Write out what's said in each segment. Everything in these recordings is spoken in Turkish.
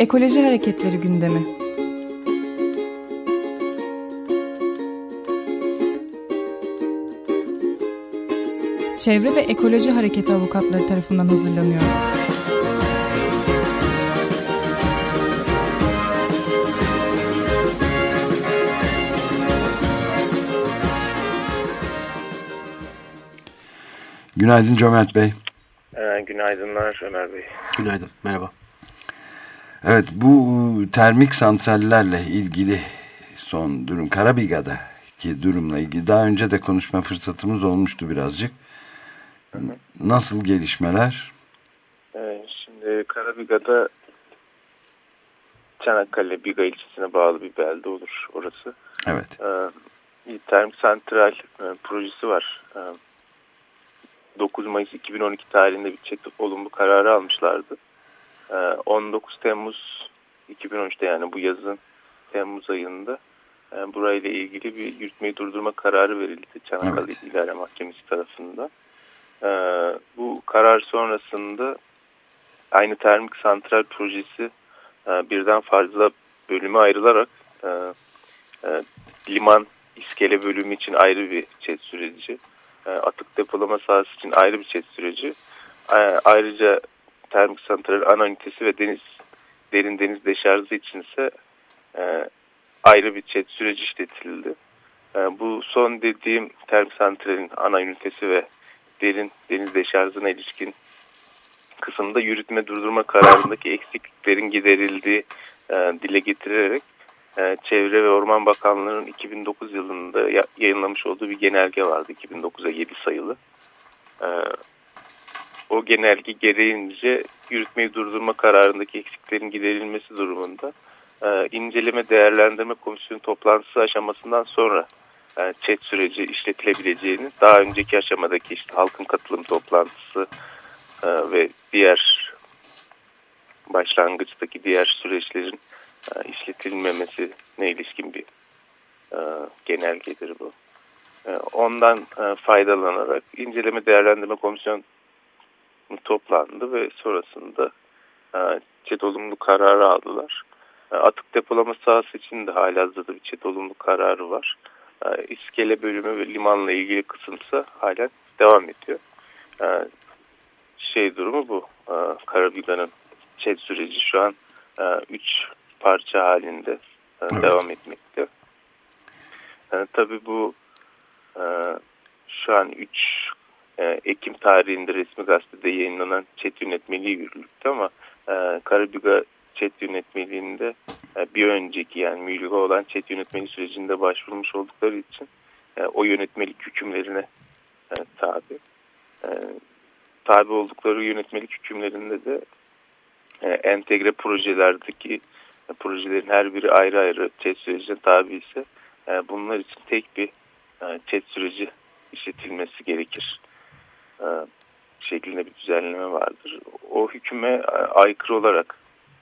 Ekoloji hareketleri gündemi. Çevre ve Ekoloji Hareketi avukatları tarafından hazırlanıyor. Günaydın Cömert Bey. Günaydınlar Ömer Bey. Günaydın, merhaba. Evet, bu termik santrallerle ilgili son durum, Karabiga'daki durumla ilgili daha önce de konuşma fırsatımız olmuştu birazcık. Nasıl gelişmeler? Şimdi Karabiga'da Çanakkale Biga ilçesine bağlı bir belde olur orası. Evet. Bir termik santral projesi var. 9 Mayıs 2012 tarihinde bir çet olumlu kararı almışlardı. 19 Temmuz 2013'te, yani bu yazın Temmuz ayında burayla ilgili bir yürütmeyi durdurma kararı verildi Çanakkale İdare Mahkemesi tarafından. Bu karar sonrasında aynı termik santral projesi birden fazla bölüme ayrılarak liman iskele bölümü için ayrı bir çet süreci, atık depolama sahası için ayrı bir çet süreci, ayrıca termik santral ana ünitesi ve derin deniz deşarjı içinse ayrı bir çet süreci işletildi. Bu son dediğim termik santralin ana ünitesi ve derin deniz deşarjına ilişkin kısımda yürütme durdurma kararındaki eksikliklerin giderildiği dile getirilerek Çevre ve Orman Bakanlığı'nın 2009 yılında yayınlamış olduğu bir genelge vardı, 2009'a 7 sayılı. O genelge gereğince yürütmeyi durdurma kararındaki eksiklerin giderilmesi durumunda inceleme değerlendirme komisyonu toplantısı aşamasından sonra çet süreci işletilebileceğini, daha önceki aşamadaki işte halkın katılım toplantısı ve diğer başlangıçtaki diğer süreçlerin işletilmemesine ilişkin bir genelgedir bu. Ondan faydalanarak inceleme değerlendirme komisyonu toplandı ve sonrasında çet olumlu kararı aldılar. Atık depolama sahası için de halihazırda bir çet olumlu kararı var. İskele bölümü ve limanla ilgili kısımsa halen devam ediyor. Durumu bu. Karabiga'nın çet süreci şu an 3 parça halinde devam etmekte. Tabii bu şu an 3 Ekim tarihinde resmi gazetede yayınlanan çet yönetmeliği yürürlükte ama Karabiga çet yönetmeliğinde bir önceki, yani mülga olan çet yönetmeliği sürecinde başvurmuş oldukları için o yönetmelik hükümlerine tabi oldukları yönetmelik hükümlerinde de entegre projelerdeki projelerin her biri ayrı ayrı çet sürecine tabi ise bunlar için tek bir çet süreci işletilmesi gerekir şeklinde bir düzenleme vardır. O hüküme aykırı olarak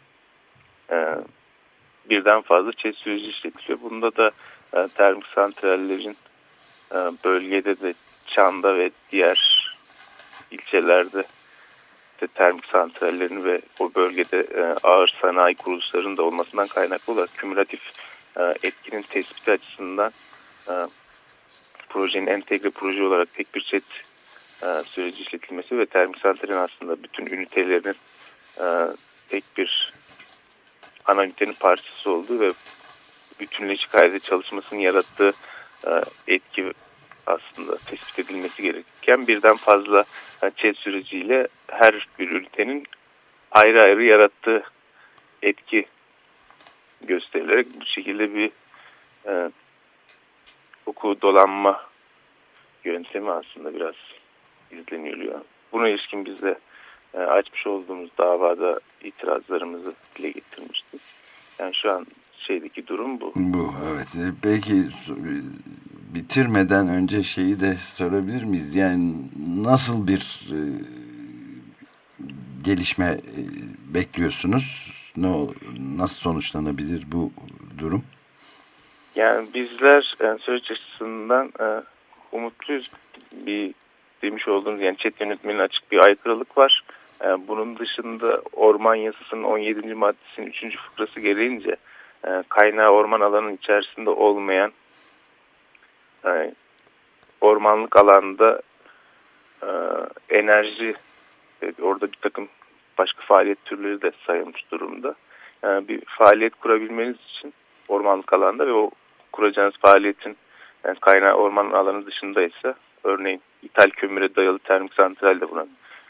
birden fazla çet süreci işletiliyor. Bunda da termik santrallerin bölgede de Çan'da ve diğer ilçelerde de termik santrallerin ve o bölgede ağır sanayi kuruluşlarının da olmasından kaynaklı olarak kümülatif etkinin tespiti açısından projenin entegre proje olarak tek bir çet süreci işletilmesi ve termik santralin aslında bütün ünitelerinin tek bir ana ünitenin parçası olduğu ve bütünleşik halde çalışmasının yarattığı etki aslında tespit edilmesi gerekirken birden fazla çet süreciyle her bir ünitenin ayrı ayrı yarattığı etki gösterilerek bu şekilde bir hukuku dolanma yöntemi aslında biraz izleniyor. Buna ilişkin biz de açmış olduğumuz davada itirazlarımızı dile getirmiştik. Yani şu an durum bu. Bu, evet. Peki bitirmeden önce şeyi de sorabilir miyiz? Yani nasıl bir gelişme bekliyorsunuz? Nasıl sonuçlanabilir bu durum? Yani bizler süreç açısından umutluyuz. Bir demiş olduğunuz, yani çet yönetmeliğine açık bir aykırılık var. Bunun dışında orman yasasının 17. maddesinin 3. fıkrası gereğince kaynağı orman alanının içerisinde olmayan ormanlık alanda enerji, orada bir takım başka faaliyet türleri de sayılmış durumda. Bir faaliyet kurabilmeniz için ormanlık alanda ve o kuracağınız faaliyetin kaynağı orman alanı dışındaysa, örneğin ithal kömüre dayalı termik santral de buna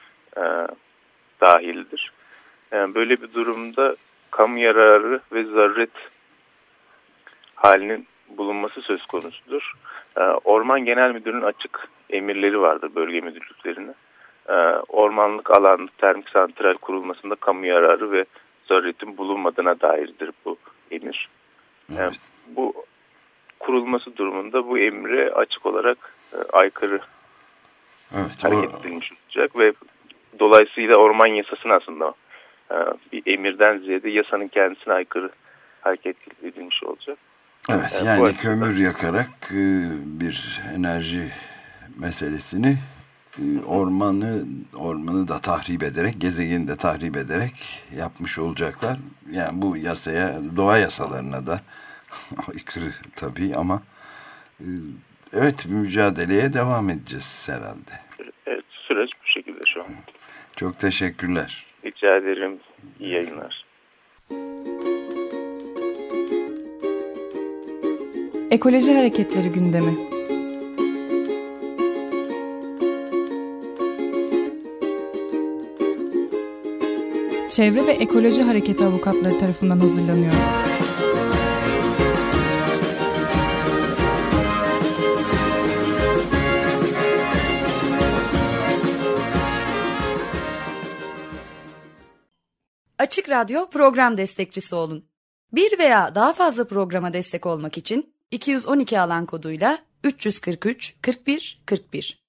dahildir. Böyle bir durumda kamu yararı ve zaruret halinin bulunması söz konusudur. Orman Genel Müdürlüğü'nün açık emirleri vardır bölge müdürlüklerine. Ormanlık alanda termik santral kurulmasında kamu yararı ve zaruretin bulunmadığına dairdir bu emir. Evet. Bu kurulması durumunda bu emre açık olarak aykırı hareket edilmiş olacak ve dolayısıyla orman yasasına aslında bir emirden ziyade yasanın kendisine aykırı hareket edilmiş olacak. Evet, yani kömür yakarak bir enerji meselesini ormanı da tahrip ederek, gezegeni de tahrip ederek yapmış olacaklar. Yani bu yasaya, doğa yasalarına da aykırı tabii ama evet, mücadeleye devam edeceğiz herhalde. Evet, süreç bu şekilde şu an. Çok teşekkürler. Rica ederim. İyi yayınlar. Ekoloji hareketleri gündemi. Çevre ve Ekoloji Hareketi avukatları tarafından hazırlanıyor. Açık Radyo program destekçisi olun. Bir veya daha fazla programa destek olmak için 212 alan koduyla 343 41 41